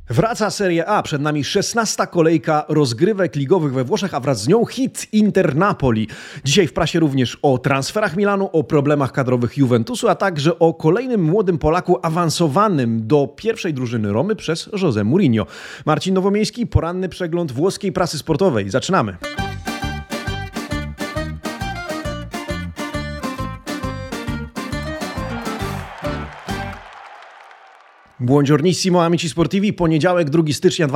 Wraca Serie A, przed nami 16. kolejka rozgrywek ligowych we Włoszech, a wraz z nią hit Inter Napoli. Dzisiaj w prasie również o transferach Milanu, o problemach kadrowych Juventusu, a także o kolejnym młodym Polaku awansowanym do pierwszej drużyny Romy przez José Mourinho. Marcin Nowomiejski, poranny przegląd włoskiej prasy sportowej. Zaczynamy. Buongiornissimo amici sportivi, poniedziałek 2 stycznia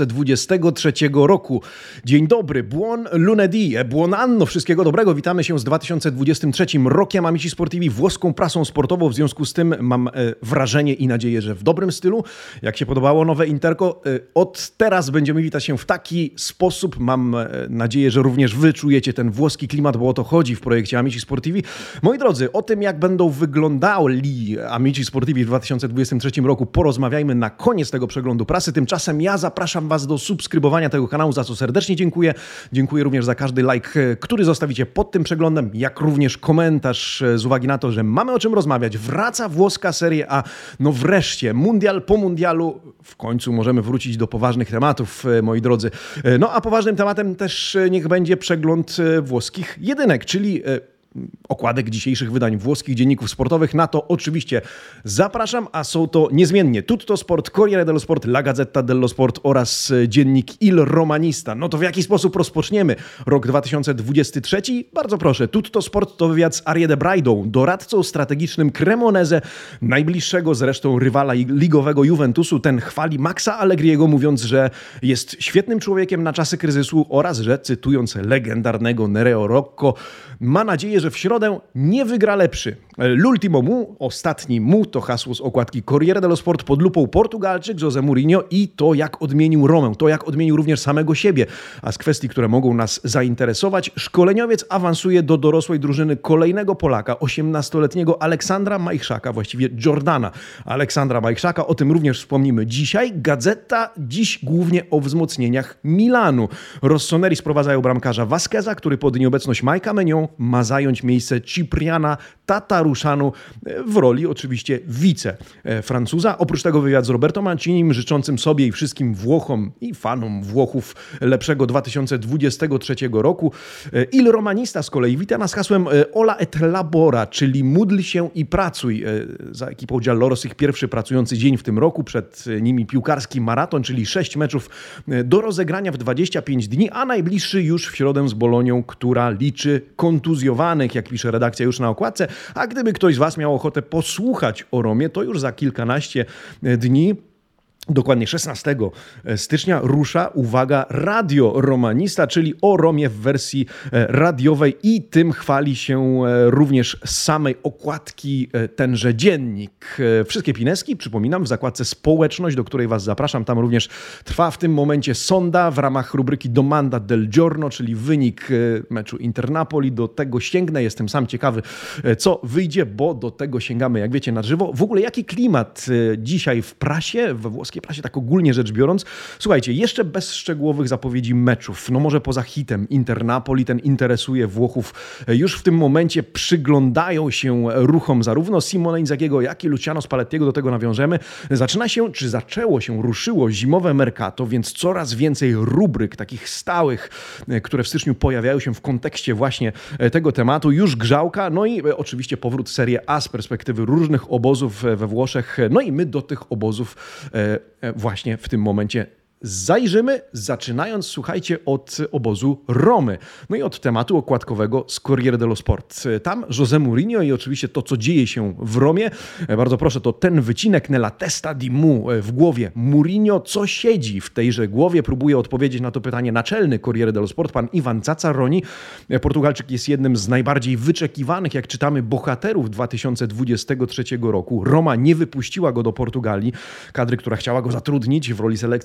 2023 roku. Dzień dobry, buon lunedì, buon anno, wszystkiego dobrego. Witamy się z 2023 rokiem amici sportivi, włoską prasą sportową. W związku z tym mam wrażenie i nadzieję, że w dobrym stylu. Jak się podobało nowe Interko, od teraz będziemy witać się w taki sposób. Mam nadzieję, że również wy czujecie ten włoski klimat, bo o to chodzi w projekcie Amici Sportivi. Moi drodzy, o tym jak będą wyglądali Amici Sportivi w 2023 roku porozmawiajmy na koniec tego przeglądu prasy. Tymczasem ja zapraszam was do subskrybowania tego kanału, za co serdecznie dziękuję. Dziękuję również za każdy like, który zostawicie pod tym przeglądem, jak również komentarz z uwagi na to, że mamy o czym rozmawiać. Wraca włoska Serie A. No wreszcie, mundial po mundialu. W końcu możemy wrócić do poważnych tematów, moi drodzy. No a poważnym tematem też niech będzie przegląd włoskich jedynek, czyli okładek dzisiejszych wydań włoskich dzienników sportowych. Na to oczywiście zapraszam, a są to niezmiennie Tutto Sport, Corriere dello Sport, La Gazzetta dello Sport oraz dziennik Il Romanista. No to w jaki sposób rozpoczniemy rok 2023? Bardzo proszę, Tutto Sport to wywiad z Ariede Braidą, doradcą strategicznym Cremonese, najbliższego zresztą rywala ligowego Juventusu. Ten chwali Maxa Allegriego, mówiąc, że jest świetnym człowiekiem na czasy kryzysu oraz, że cytując legendarnego Nereo Rocco, ma nadzieję, że w środę nie wygra lepszy. L'ultimo mu, ostatni mu, to hasło z okładki Corriere dello Sport, pod lupą Portugalczyk José Mourinho i to jak odmienił Romę, to jak odmienił również samego siebie. A z kwestii, które mogą nas zainteresować, szkoleniowiec awansuje do dorosłej drużyny kolejnego Polaka, 18-letniego Aleksandra Majchrzaka, właściwie Jordana Aleksandra Majchrzaka. O tym również wspomnimy dzisiaj. Gazeta dziś głównie o wzmocnieniach Milanu. Rossoneri sprowadzają bramkarza Vasqueza, który pod nieobecność Majka Menion ma zająć miejsce Cipriana Tataruszanu w roli oczywiście wice-Francuza. Oprócz tego wywiad z Roberto Mancinim, życzącym sobie i wszystkim Włochom i fanom Włochów lepszego 2023 roku. Il Romanista z kolei wita nas hasłem Ola et labora, czyli módl się i pracuj. Za ekipą Gialloross ich pierwszy pracujący dzień w tym roku, przed nimi piłkarski maraton, czyli 6 meczów do rozegrania w 25 dni, a najbliższy już w środę z Bolonią, która liczy kontuzjowanych, jak pisze redakcja już na okładce. A gdyby ktoś z was miał ochotę posłuchać o Romie, to już za kilkanaście dni, dokładnie 16 stycznia, rusza, uwaga, Radio Romanista, czyli o Romie w wersji radiowej i tym chwali się również z samej okładki tenże dziennik. Wszystkie pineski, przypominam, w zakładce społeczność, do której was zapraszam. Tam również trwa w tym momencie sonda w ramach rubryki Domanda del Giorno, czyli wynik meczu Inter-Napoli. Do tego sięgnę, jestem sam ciekawy, co wyjdzie, bo do tego sięgamy, jak wiecie, na żywo. W ogóle jaki klimat dzisiaj w prasie, we włoskiej prasie, tak ogólnie rzecz biorąc. Słuchajcie, jeszcze bez szczegółowych zapowiedzi meczów, no może poza hitem Inter-Napoli, ten interesuje Włochów. Już w tym momencie przyglądają się ruchom zarówno Simone Inzaghiego, jak i Luciano Spallettiego, do tego nawiążemy. Zaczyna się, czy zaczęło się, ruszyło zimowe mercato, więc coraz więcej rubryk takich stałych, które w styczniu pojawiają się w kontekście właśnie tego tematu. Już grzałka, no i oczywiście powrót Serie A z perspektywy różnych obozów we Włoszech. No i my do tych obozów właśnie w tym momencie zajrzymy, zaczynając, słuchajcie, od obozu Romy. No i od tematu okładkowego z Corriere dello Sport. Tam José Mourinho i oczywiście to, co dzieje się w Romie. Bardzo proszę, to ten wycinek nella testa di mu, w głowie Mourinho. Co siedzi w tejże głowie? Próbuje odpowiedzieć na to pytanie naczelny Corriere dello Sport, pan Ivan Zazzaroni. Portugalczyk jest jednym z najbardziej wyczekiwanych, jak czytamy, bohaterów 2023 roku. Roma nie wypuściła go do Portugalii, kadry, która chciała go zatrudnić w roli selekcjonera.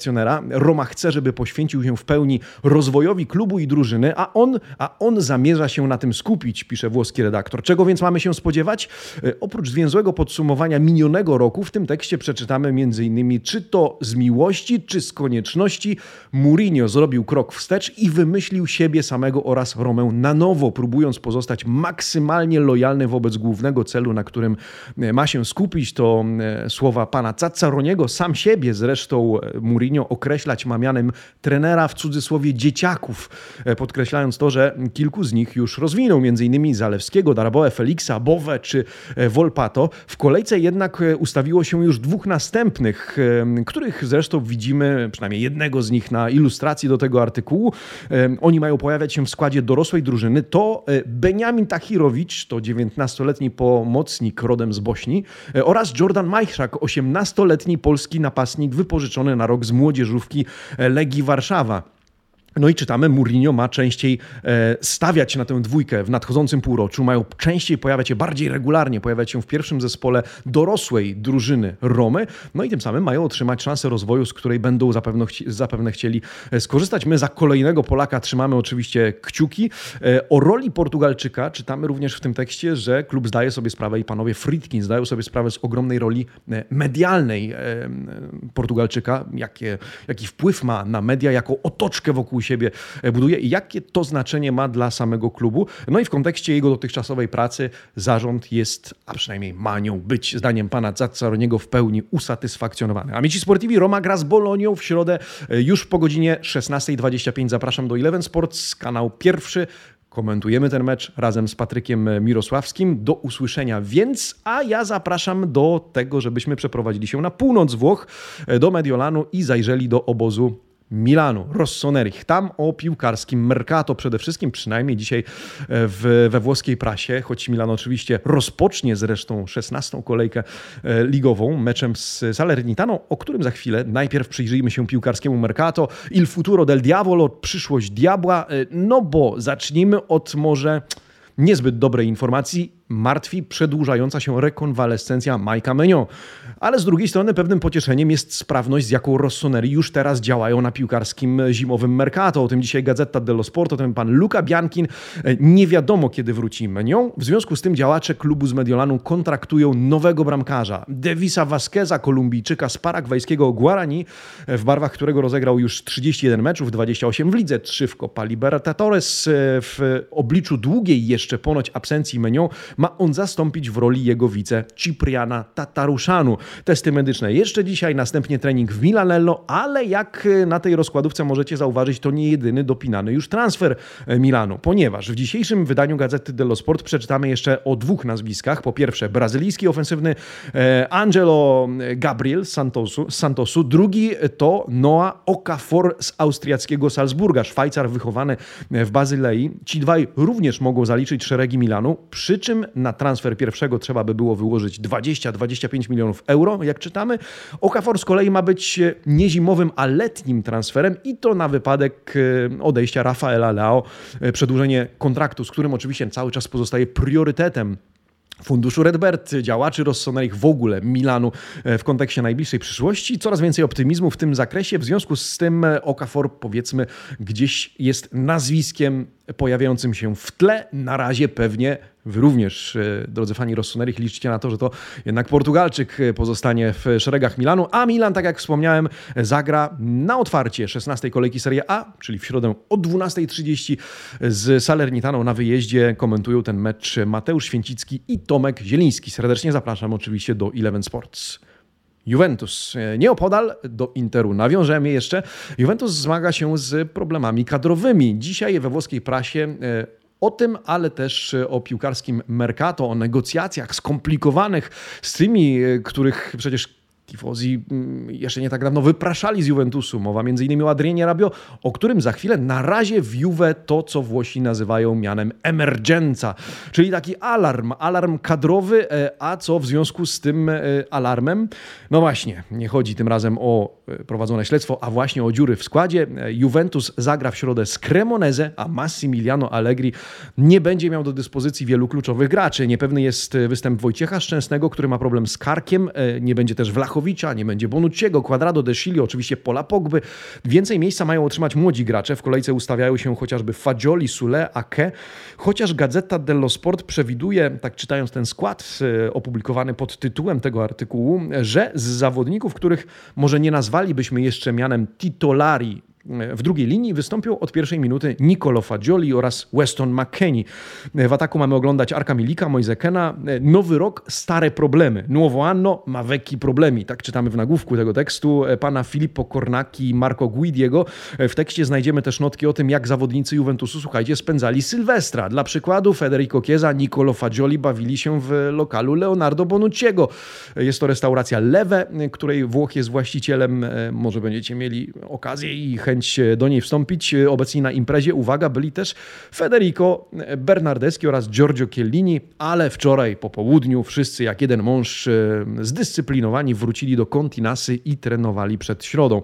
Roma chce, żeby poświęcił się w pełni rozwojowi klubu i drużyny, a on zamierza się na tym skupić, pisze włoski redaktor. Czego więc mamy się spodziewać? Oprócz zwięzłego podsumowania minionego roku w tym tekście przeczytamy m.in. czy to z miłości, czy z konieczności Mourinho zrobił krok wstecz i wymyślił siebie samego oraz Romę na nowo, próbując pozostać maksymalnie lojalny wobec głównego celu, na którym ma się skupić. To słowa pana Zazzaroniego, sam siebie zresztą Mourinho określać ma mianem trenera w cudzysłowie dzieciaków, podkreślając to, że kilku z nich już rozwinął, m.in. Zalewskiego, Darboe, Felixa, Bowe czy Volpato. W kolejce jednak ustawiło się już dwóch następnych, których zresztą widzimy, przynajmniej jednego z nich na ilustracji do tego artykułu. Oni mają pojawiać się w składzie dorosłej drużyny. To Benjamin Tahirowicz, to 19-letni pomocnik rodem z Bośni, oraz Jordan Majchrzak, 18-letni polski napastnik wypożyczony na rok z młodzieżówki Legii Warszawa. No i czytamy, Mourinho ma częściej stawiać na tę dwójkę w nadchodzącym półroczu, mają częściej pojawiać się, bardziej regularnie pojawiać się w pierwszym zespole dorosłej drużyny Romy, no i tym samym mają otrzymać szansę rozwoju, z której będą zapewne chcieli skorzystać. My za kolejnego Polaka trzymamy oczywiście kciuki. O roli Portugalczyka czytamy również w tym tekście, że klub zdaje sobie sprawę i panowie Friedkin zdają sobie sprawę z ogromnej roli medialnej Portugalczyka, jaki wpływ ma na media, jaką otoczkę wokół siebie buduje i jakie to znaczenie ma dla samego klubu. No i w kontekście jego dotychczasowej pracy zarząd jest, a przynajmniej ma nią być, zdaniem pana Zazzaroniego, w pełni usatysfakcjonowany. Amici Sportivi, Roma gra z Bolonią w środę już po godzinie 16:25. Zapraszam do Eleven Sports, kanał pierwszy. Komentujemy ten mecz razem z Patrykiem Mirosławskim. Do usłyszenia więc, a ja zapraszam do tego, żebyśmy przeprowadzili się na północ Włoch, do Mediolanu i zajrzeli do obozu Milanu, Rossoneri. Tam o piłkarskim mercato przede wszystkim, przynajmniej dzisiaj we włoskiej prasie, choć Milan oczywiście rozpocznie zresztą 16. kolejkę ligową meczem z Salernitaną, o którym za chwilę. Najpierw przyjrzyjmy się piłkarskiemu mercato. Il futuro del diavolo, przyszłość diabła, no bo zacznijmy od może niezbyt dobrej informacji. Martwi przedłużająca się rekonwalescencja Majka Maignan. Ale z drugiej strony pewnym pocieszeniem jest sprawność, z jaką Rossoneri już teraz działają na piłkarskim zimowym mercato. O tym dzisiaj Gazzetta dello Sport, o tym pan Luca Bianchin. Nie wiadomo, kiedy wróci Maignan. W związku z tym działacze klubu z Mediolanu kontraktują nowego bramkarza. Devisa Vasqueza, Kolumbijczyka z paragwajskiego Guarani, w barwach którego rozegrał już 31 meczów, 28 w lidze, 3 w Copa Libertadores. W obliczu długiej jeszcze ponoć absencji Maignan ma on zastąpić w roli jego wice Cipriana Tataruszanu. Testy medyczne jeszcze dzisiaj, następnie trening w Milanello, ale jak na tej rozkładówce możecie zauważyć, to nie jedyny dopinany już transfer Milanu, ponieważ w dzisiejszym wydaniu Gazety dello Sport przeczytamy jeszcze o dwóch nazwiskach. Po pierwsze brazylijski ofensywny Angelo Gabriel z Santosu, drugi to Noah Okafor z austriackiego Salzburga, Szwajcar wychowany w Bazylei. Ci dwaj również mogą zaliczyć szeregi Milanu, przy czym na transfer pierwszego trzeba by było wyłożyć 20-25 milionów euro, jak czytamy. Okafor z kolei ma być nie zimowym, a letnim transferem i to na wypadek odejścia Rafaela Leao. Przedłużenie kontraktu, z którym oczywiście cały czas pozostaje priorytetem Funduszu Redbird, działaczy Rossoneri, w ogóle Milanu w kontekście najbliższej przyszłości. Coraz więcej optymizmu w tym zakresie. W związku z tym Okafor, powiedzmy, gdzieś jest nazwiskiem pojawiającym się w tle. Na razie pewnie wy również, drodzy fani Rossoneri, liczycie na to, że to jednak Portugalczyk pozostanie w szeregach Milanu, a Milan, tak jak wspomniałem, zagra na otwarcie 16. kolejki Serie A, czyli w środę o 12:30 z Salernitaną na wyjeździe. Komentują ten mecz Mateusz Święcicki i Tomek Zieliński. Serdecznie zapraszam oczywiście do Eleven Sports. Juventus nieopodal, do Interu nawiążemy jeszcze. Juventus zmaga się z problemami kadrowymi. Dzisiaj we włoskiej prasie o tym, ale też o piłkarskim mercato, o negocjacjach skomplikowanych z tymi, których przecież tifosi jeszcze nie tak dawno wypraszali z Juventusu. Mowa m.in. o Adrianie Rabiot, o którym za chwilę. Na razie w Juve to, co Włosi nazywają mianem emergenza, czyli taki alarm kadrowy, a co w związku z tym alarmem? No właśnie, nie chodzi tym razem o prowadzone śledztwo, a właśnie o dziury w składzie. Juventus zagra w środę z Cremonese, a Massimiliano Allegri nie będzie miał do dyspozycji wielu kluczowych graczy. Niepewny jest występ Wojciecha Szczęsnego, który ma problem z karkiem. Nie będzie też Vlahovicia, Ibrahimowicza, nie będzie Bonucciego, Cuadrado, De Sciglio, oczywiście Paula Pogby. Więcej miejsca mają otrzymać młodzi gracze. W kolejce ustawiają się chociażby Fagioli, Sule, Ake. Chociaż Gazzetta dello Sport przewiduje, tak czytając ten skład opublikowany pod tytułem tego artykułu, że z zawodników, których może nie nazwalibyśmy jeszcze mianem titolari w drugiej linii, wystąpią od pierwszej minuty Nicolo Fagioli oraz Weston McKennie. W ataku mamy oglądać Arka Milika, Moise Keana. Nowy rok, stare problemy. Nuovo anno, ma vecchi problemi. Tak czytamy w nagłówku tego tekstu pana Filippo Cornacchi i Marco Guidiego. W tekście znajdziemy też notki o tym, jak zawodnicy Juventusu, słuchajcie, spędzali Sylwestra. Dla przykładu Federico Chiesa, Nicolo Fagioli bawili się w lokalu Leonardo Bonucciego. Jest to restauracja Leve, której Włoch jest właścicielem. Może będziecie mieli okazję i chęć do niej wstąpić. Obecni na imprezie, uwaga, byli też Federico Bernardeschi oraz Giorgio Chiellini, ale wczoraj po południu wszyscy jak jeden mąż zdyscyplinowani wrócili do Continasy i trenowali przed środą.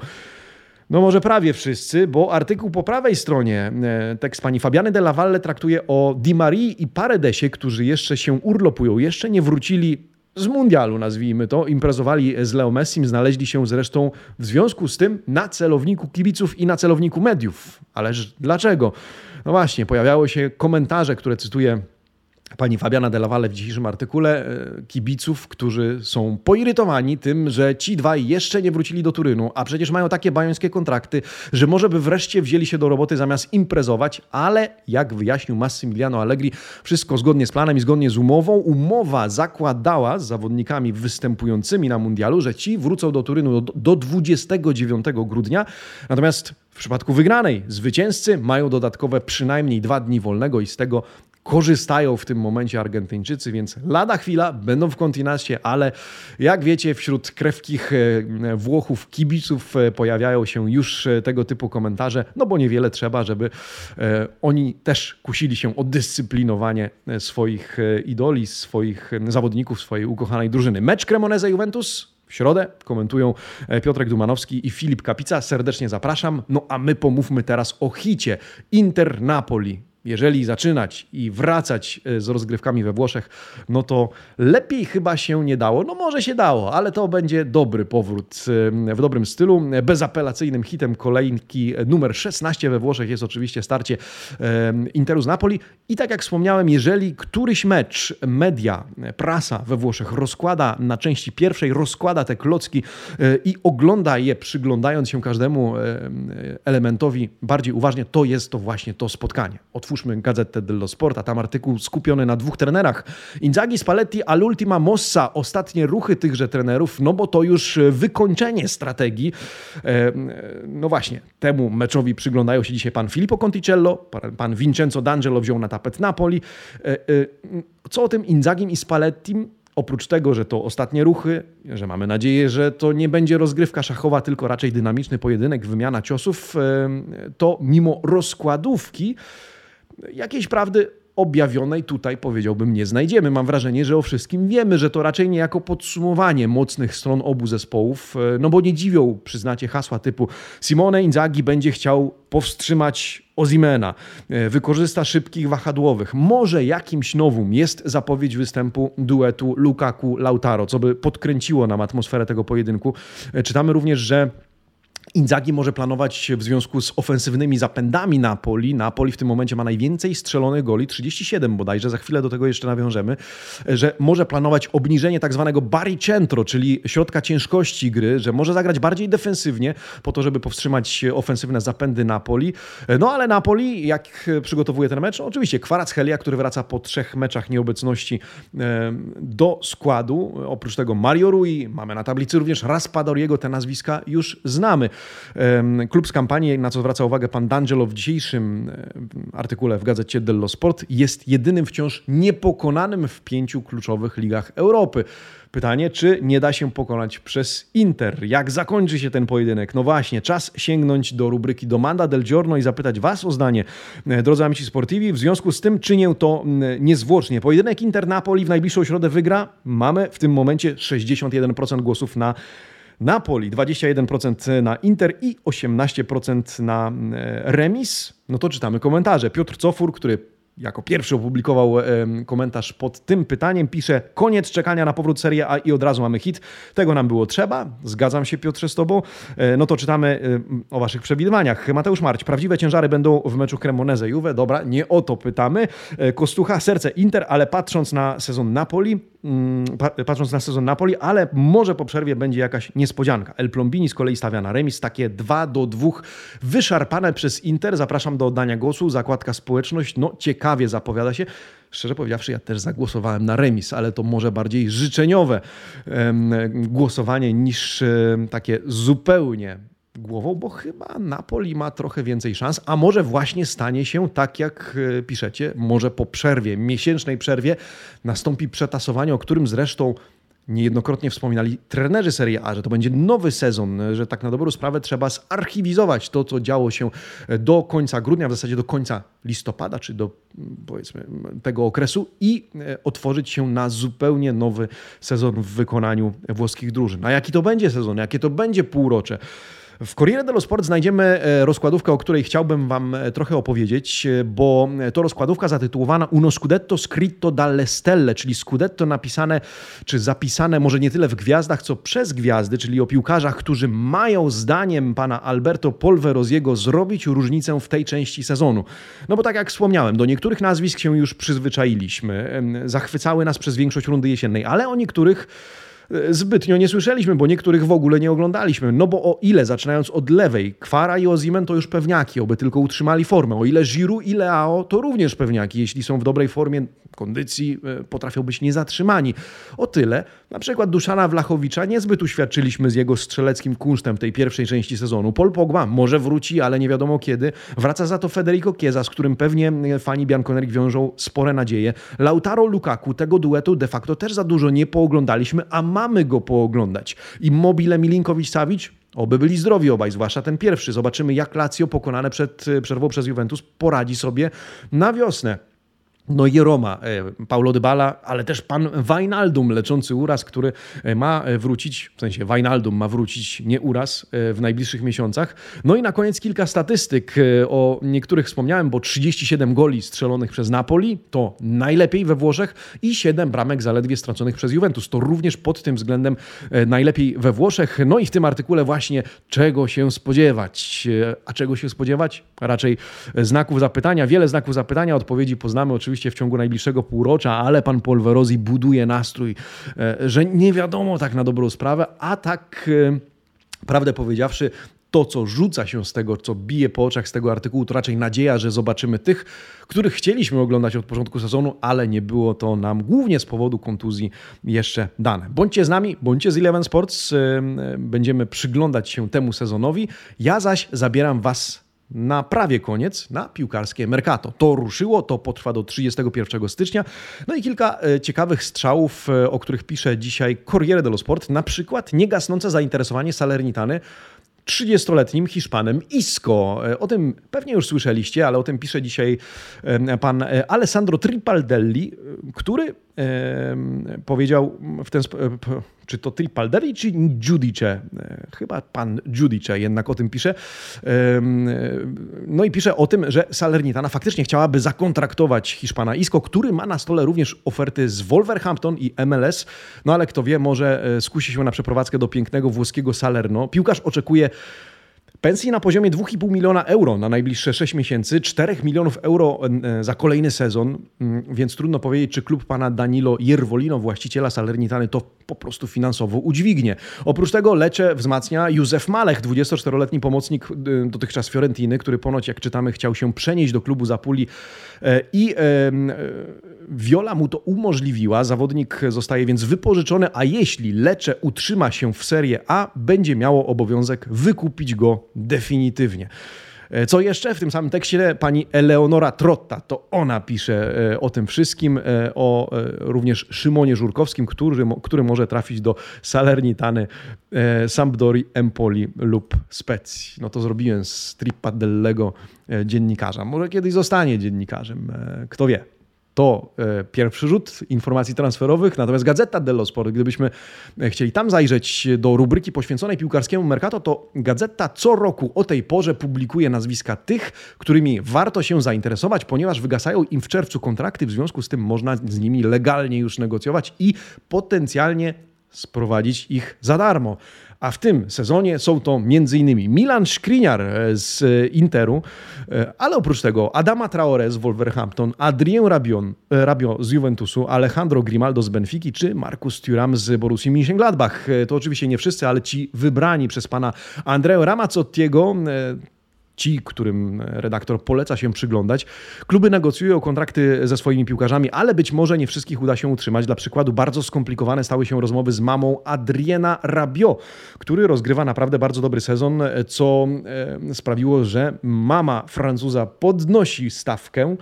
No może prawie wszyscy, bo artykuł po prawej stronie, tekst pani Fabiany Della Valle traktuje o Di Marii i Paredesie, którzy jeszcze się urlopują, jeszcze nie wrócili z mundialu, nazwijmy to, imprezowali z Leo Messim, znaleźli się zresztą w związku z tym na celowniku kibiców i na celowniku mediów. Ależ dlaczego? No właśnie, pojawiały się komentarze, które cytuję pani Fabiana Della Valle w dzisiejszym artykule, kibiców, którzy są poirytowani tym, że ci dwaj jeszcze nie wrócili do Turynu, a przecież mają takie bajońskie kontrakty, że może by wreszcie wzięli się do roboty zamiast imprezować, ale jak wyjaśnił Massimiliano Allegri, wszystko zgodnie z planem i zgodnie z umową. Umowa zakładała z zawodnikami występującymi na mundialu, że ci wrócą do Turynu do 29 grudnia, natomiast w przypadku wygranej zwycięzcy mają dodatkowe przynajmniej 2 dni wolnego i z tego korzystają w tym momencie Argentyńczycy, więc lada chwila będą w Continasie, ale jak wiecie, wśród krewkich Włochów, kibiców pojawiają się już tego typu komentarze, no bo niewiele trzeba, żeby oni też kusili się o dyscyplinowanie swoich idoli, swoich zawodników, swojej ukochanej drużyny. Mecz Cremonese-Juventus w środę komentują Piotrek Dumanowski i Filip Kapica. Serdecznie zapraszam. No a my pomówmy teraz o hicie Inter-Napoli. Jeżeli zaczynać i wracać z rozgrywkami we Włoszech, no to lepiej chyba się nie dało. No może się dało, ale to będzie dobry powrót w dobrym stylu. Bezapelacyjnym hitem kolejki numer 16 we Włoszech jest oczywiście starcie Interu z Napoli. I tak jak wspomniałem, jeżeli któryś mecz media, prasa we Włoszech rozkłada na części pierwszej, rozkłada te klocki i ogląda je, przyglądając się każdemu elementowi bardziej uważnie, to jest to właśnie to spotkanie. Otwórzmy Gazetę dello Sport, a tam artykuł skupiony na 2 trenerach. Inzaghi, Spalletti, all'ultima mossa. Ostatnie ruchy tychże trenerów, no bo to już wykończenie strategii. No właśnie, temu meczowi przyglądają się dzisiaj pan Filippo Conticello, pan Vincenzo D'Angelo wziął na tapet Napoli. Co o tym Inzaghim i Spallettim? Oprócz tego, że to ostatnie ruchy, że mamy nadzieję, że to nie będzie rozgrywka szachowa, tylko raczej dynamiczny pojedynek, wymiana ciosów, to mimo rozkładówki jakiejś prawdy objawionej tutaj, powiedziałbym, nie znajdziemy. Mam wrażenie, że o wszystkim wiemy, że to raczej niejako podsumowanie mocnych stron obu zespołów, no bo nie dziwią, przyznacie, hasła typu Simone Inzaghi będzie chciał powstrzymać Osimhena, wykorzysta szybkich wahadłowych. Może jakimś nowum jest zapowiedź występu duetu Lukaku-Lautaro, co by podkręciło nam atmosferę tego pojedynku. Czytamy również, że Inzaghi może planować w związku z ofensywnymi zapędami Napoli. Napoli w tym momencie ma najwięcej strzelonych goli, 37 bodajże, za chwilę do tego jeszcze nawiążemy, że może planować obniżenie tak zwanego baricentro, czyli środka ciężkości gry, że może zagrać bardziej defensywnie po to, żeby powstrzymać ofensywne zapędy Napoli. No ale Napoli, jak przygotowuje ten mecz? Oczywiście Kvaratskhelia, który wraca po 3 meczach nieobecności do składu. Oprócz tego Mario Rui, mamy na tablicy również Raspadoriego, te nazwiska już znamy. Klub z kampanii, na co zwraca uwagę pan D'Angelo w dzisiejszym artykule w Gazecie dello Sport, jest jedynym wciąż niepokonanym w 5 kluczowych ligach Europy. Pytanie, czy nie da się pokonać przez Inter? Jak zakończy się ten pojedynek? No właśnie, czas sięgnąć do rubryki Domanda del Giorno i zapytać was o zdanie, drodzy amici sportivi. W związku z tym czynię to niezwłocznie. Pojedynek Inter-Napoli w najbliższą środę wygra. Mamy w tym momencie 61% głosów na Napoli, 21% na Inter i 18% na remis. No to czytamy komentarze. Piotr Cofur, który jako pierwszy opublikował komentarz pod tym pytaniem. Pisze: koniec czekania na powrót Serie A i od razu mamy hit. Tego nam było trzeba. Zgadzam się, Piotrze, z tobą. No to czytamy o waszych przewidywaniach. Mateusz Marć: prawdziwe ciężary będą w meczu Cremonese-Juve. Dobra, nie o to pytamy. Kostucha: serce Inter, ale patrząc na sezon Napoli, ale może po przerwie będzie jakaś niespodzianka. El Plombini z kolei stawia na remis, takie 2-2 wyszarpane przez Inter. Zapraszam do oddania głosu. Zakładka społeczność. No ciekawie zapowiada się. Szczerze powiedziawszy, ja też zagłosowałem na remis, ale to może bardziej życzeniowe głosowanie niż takie zupełnie głową, bo chyba Napoli ma trochę więcej szans, a może właśnie stanie się tak, jak piszecie, może po przerwie, miesięcznej przerwie nastąpi przetasowanie, o którym zresztą niejednokrotnie wspominali trenerzy Serie A, że to będzie nowy sezon, że tak na dobrą sprawę trzeba zarchiwizować to, co działo się do końca grudnia, w zasadzie do końca listopada, czy do, powiedzmy, tego okresu i otworzyć się na zupełnie nowy sezon w wykonaniu włoskich drużyn. A jaki to będzie sezon, jakie to będzie półrocze? W Corriere dello Sport znajdziemy rozkładówkę, o której chciałbym wam trochę opowiedzieć, bo to rozkładówka zatytułowana Uno Scudetto scritto dalle stelle, czyli Scudetto napisane czy zapisane może nie tyle w gwiazdach, co przez gwiazdy, czyli o piłkarzach, którzy mają zdaniem pana Alberto Polverosiego zrobić różnicę w tej części sezonu. No bo tak jak wspomniałem, do niektórych nazwisk się już przyzwyczailiśmy, zachwycały nas przez większość rundy jesiennej, ale o niektórych zbytnio nie słyszeliśmy, bo niektórych w ogóle nie oglądaliśmy. No bo o ile, zaczynając od lewej, Kvara i Osimhen to już pewniaki, oby tylko utrzymali formę. O ile Giroud i Leao to również pewniaki, jeśli są w dobrej formie, kondycji, potrafią być niezatrzymani. O tyle, na przykład Duszana Vlachowicza niezbyt uświadczyliśmy z jego strzeleckim kunsztem w tej pierwszej części sezonu. Paul Pogba może wróci, ale nie wiadomo kiedy. Wraca za to Federico Chiesa, z którym pewnie fani bianconeri wiążą spore nadzieje. Lautaro Lukaku, tego duetu de facto też za dużo nie pooglądaliśmy, a mamy go pooglądać. Immobile, Milinkovic-Savic, oby byli zdrowi obaj, zwłaszcza ten pierwszy. Zobaczymy, jak Lazio pokonane przed przerwą przez Juventus poradzi sobie na wiosnę. No i Roma, Paulo Dybala, ale też pan Wijnaldum, leczący uraz, który ma wrócić, w sensie Wijnaldum ma wrócić, nie uraz, w najbliższych miesiącach. No i na koniec kilka statystyk. O niektórych wspomniałem, bo 37 goli strzelonych przez Napoli to najlepiej we Włoszech i 7 bramek zaledwie straconych przez Juventus. To również pod tym względem najlepiej we Włoszech. No i w tym artykule właśnie czego się spodziewać. A czego się spodziewać? Raczej znaków zapytania. Wiele znaków zapytania, odpowiedzi poznamy oczywiście w ciągu najbliższego półrocza, ale pan Polverosi buduje nastrój, że nie wiadomo tak na dobrą sprawę, a tak prawdę powiedziawszy, to, co rzuca się z tego, co bije po oczach z tego artykułu, to raczej nadzieja, że zobaczymy tych, których chcieliśmy oglądać od początku sezonu, ale nie było to nam głównie z powodu kontuzji jeszcze dane. Bądźcie z nami, bądźcie z Eleven Sports, będziemy przyglądać się temu sezonowi. Ja zaś zabieram was na prawie koniec, na piłkarskie Mercato. To ruszyło, to potrwa do 31 stycznia. No i kilka ciekawych strzałów, o których pisze dzisiaj Corriere dello Sport. Na przykład niegasnące zainteresowanie Salernitany 30-letnim Hiszpanem Isco. O tym pewnie już słyszeliście, ale o tym pisze dzisiaj pan Alessandro Tripaldelli, który powiedział w ten sposób, czy to Tripaldelli, czy Giudice? Chyba pan Giudice jednak o tym pisze. No i pisze o tym, że Salernitana faktycznie chciałaby zakontraktować Hiszpana Isco, który ma na stole również oferty z Wolverhampton i MLS. No ale kto wie, może skusi się na przeprowadzkę do pięknego włoskiego Salerno. Piłkarz oczekuje pensji na poziomie 2,5 miliona euro na najbliższe 6 miesięcy, 4 milionów euro za kolejny sezon, więc trudno powiedzieć, czy klub pana Danilo Jervolino, właściciela Salernitany, to po prostu finansowo udźwignie. Oprócz tego Lecce wzmacnia Józef Malech, 24-letni pomocnik dotychczas Fiorentiny, który ponoć, jak czytamy, chciał się przenieść do klubu z Apulii i Viola mu to umożliwiła. Zawodnik zostaje więc wypożyczony, a jeśli Lecce utrzyma się w Serie A, będzie miało obowiązek wykupić go definitywnie. Co jeszcze? W tym samym tekście pani Eleonora Trotta, to ona pisze o tym wszystkim, o również Szymonie Żurkowskim, który może trafić do Salernitany, Sampdori, Empoli lub Specji. No to zrobiłem z Trippadellego dziennikarza. Może kiedyś zostanie dziennikarzem, kto wie. To pierwszy rzut informacji transferowych, natomiast Gazzetta dello Sport, gdybyśmy chcieli tam zajrzeć do rubryki poświęconej piłkarskiemu Mercato, to Gazeta co roku o tej porze publikuje nazwiska tych, którymi warto się zainteresować, ponieważ wygasają im w czerwcu kontrakty, w związku z tym można z nimi legalnie już negocjować i potencjalnie sprowadzić ich za darmo. A w tym sezonie są to m.in. Milan Skriniar z Interu, ale oprócz tego Adama Traoré z Wolverhampton, Adrien Rabiot z Juventusu, Alejandro Grimaldo z Benfiki czy Marcus Thuram z Borussii Mönchengladbach. To oczywiście nie wszyscy, ale ci wybrani przez pana Andrea Ramazzottiego, ci, którym redaktor poleca się przyglądać. Kluby negocjują kontrakty ze swoimi piłkarzami, ale być może nie wszystkich uda się utrzymać. Dla przykładu bardzo skomplikowane stały się rozmowy z mamą Adriena Rabiot, który rozgrywa naprawdę bardzo dobry sezon, co sprawiło, że mama Francuza podnosi stawkę,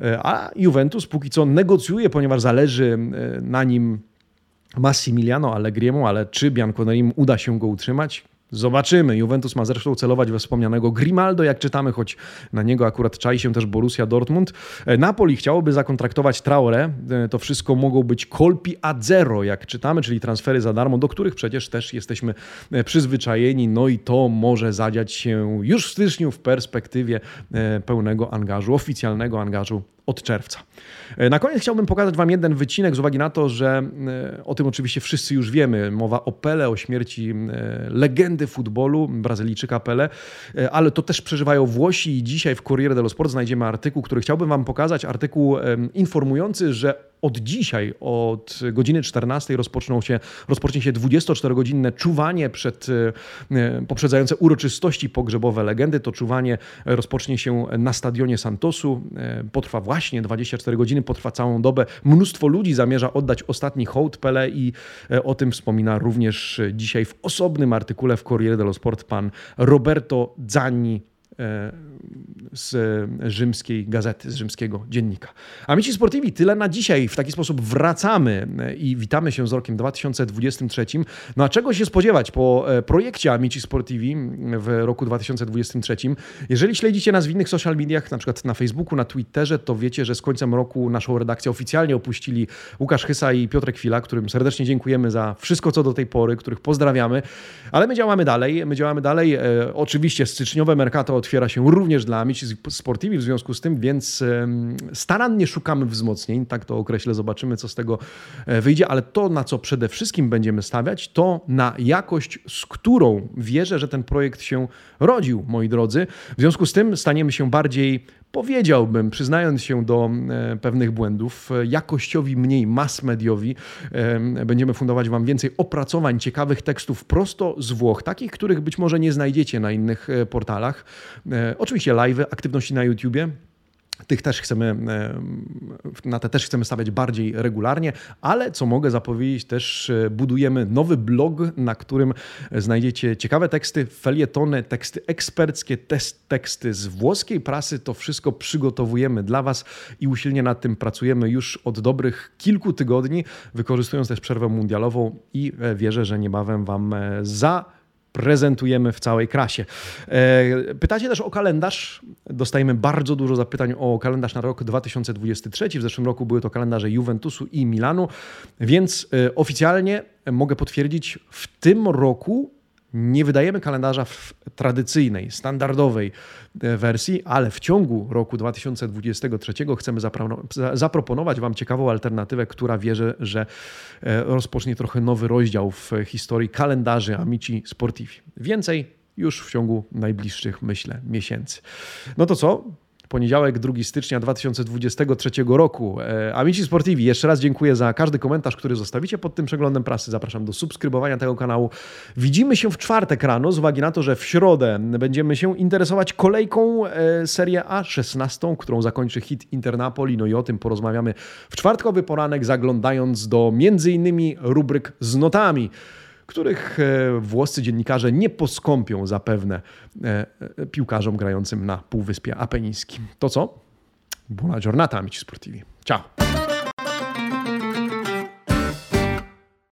a Juventus póki co negocjuje, ponieważ zależy na nim Massimiliano Allegriemu, ale czy Bianconerim uda się go utrzymać? Zobaczymy. Juventus ma zresztą celować we wspomnianego Grimaldo, jak czytamy, choć na niego akurat czai się też Borussia Dortmund. Napoli chciałoby zakontraktować Traoré. To wszystko mogą być colpi a zero, jak czytamy, czyli transfery za darmo, do których przecież też jesteśmy przyzwyczajeni. No i to może zadziać się już w styczniu w perspektywie pełnego angażu, oficjalnego angażu od czerwca. Na koniec chciałbym pokazać wam jeden wycinek z uwagi na to, że o tym oczywiście wszyscy już wiemy. Mowa o Pele, o śmierci legendy futbolu, Brazylijczyka Pele, ale to też przeżywają Włosi i dzisiaj w Corriere dello Sport znajdziemy artykuł, który chciałbym wam pokazać. Artykuł informujący, że od dzisiaj, od godziny 14 rozpocznie się 24-godzinne czuwanie poprzedzające uroczystości pogrzebowe legendy. To czuwanie rozpocznie się na stadionie Santosu. Potrwa właśnie 24 godziny, potrwa całą dobę. Mnóstwo ludzi zamierza oddać ostatni hołd Pele i o tym wspomina również dzisiaj w osobnym artykule w Corriere dello Sport pan Roberto Zanni z rzymskiej gazety, z rzymskiego dziennika. Amici Sportivi, tyle na dzisiaj. W taki sposób wracamy i witamy się z rokiem 2023. No a czego się spodziewać po projekcie Amici Sportivi w roku 2023? Jeżeli śledzicie nas w innych social mediach, na przykład na Facebooku, na Twitterze, to wiecie, że z końcem roku naszą redakcję oficjalnie opuścili Łukasz Chysa i Piotrek Chwila, którym serdecznie dziękujemy za wszystko, co do tej pory, których pozdrawiamy. Ale my działamy dalej. Oczywiście styczniowe Mercato otwiera się również dla Amici Sportivi w związku z tym, więc starannie szukamy wzmocnień, tak to określę, zobaczymy, co z tego wyjdzie, ale to, na co przede wszystkim będziemy stawiać, to na jakość, z którą wierzę, że ten projekt się rodził, moi drodzy. W związku z tym staniemy się bardziej, powiedziałbym, przyznając się do pewnych błędów, jakościowi mniej mass-mediowi. Będziemy fundować wam więcej opracowań, ciekawych tekstów prosto z Włoch, takich, których być może nie znajdziecie na innych portalach. Oczywiście live'y, aktywności na YouTubie. Na te też chcemy stawiać bardziej regularnie, ale co mogę zapowiedzieć, też budujemy nowy blog, na którym znajdziecie ciekawe teksty, felietony, teksty eksperckie, teksty z włoskiej prasy. To wszystko przygotowujemy dla was i usilnie nad tym pracujemy już od dobrych kilku tygodni, wykorzystując też przerwę mundialową i wierzę, że niebawem wam prezentujemy w całej krasie. Pytacie też o kalendarz. Dostajemy bardzo dużo zapytań o kalendarz na rok 2023. W zeszłym roku były to kalendarze Juventusu i Milanu, więc oficjalnie mogę potwierdzić, w tym roku nie wydajemy kalendarza w tradycyjnej, standardowej wersji, ale w ciągu roku 2023 chcemy zaproponować wam ciekawą alternatywę, która wierzę, że rozpocznie trochę nowy rozdział w historii kalendarzy Amici Sportivi. Więcej już w ciągu najbliższych, myślę, miesięcy. No to co? Poniedziałek, 2 stycznia 2023 roku. Amici Sportivi, jeszcze raz dziękuję za każdy komentarz, który zostawicie pod tym przeglądem prasy. Zapraszam do subskrybowania tego kanału. Widzimy się w czwartek rano, z uwagi na to, że w środę będziemy się interesować kolejką Serie A 16, którą zakończy hit Inter Napoli. No i o tym porozmawiamy w czwartkowy poranek, zaglądając do m.in. rubryk z notami, których włoscy dziennikarze nie poskąpią zapewne piłkarzom grającym na Półwyspie Apenińskim. To co? Buona giornata, amici sportivi. Ciao!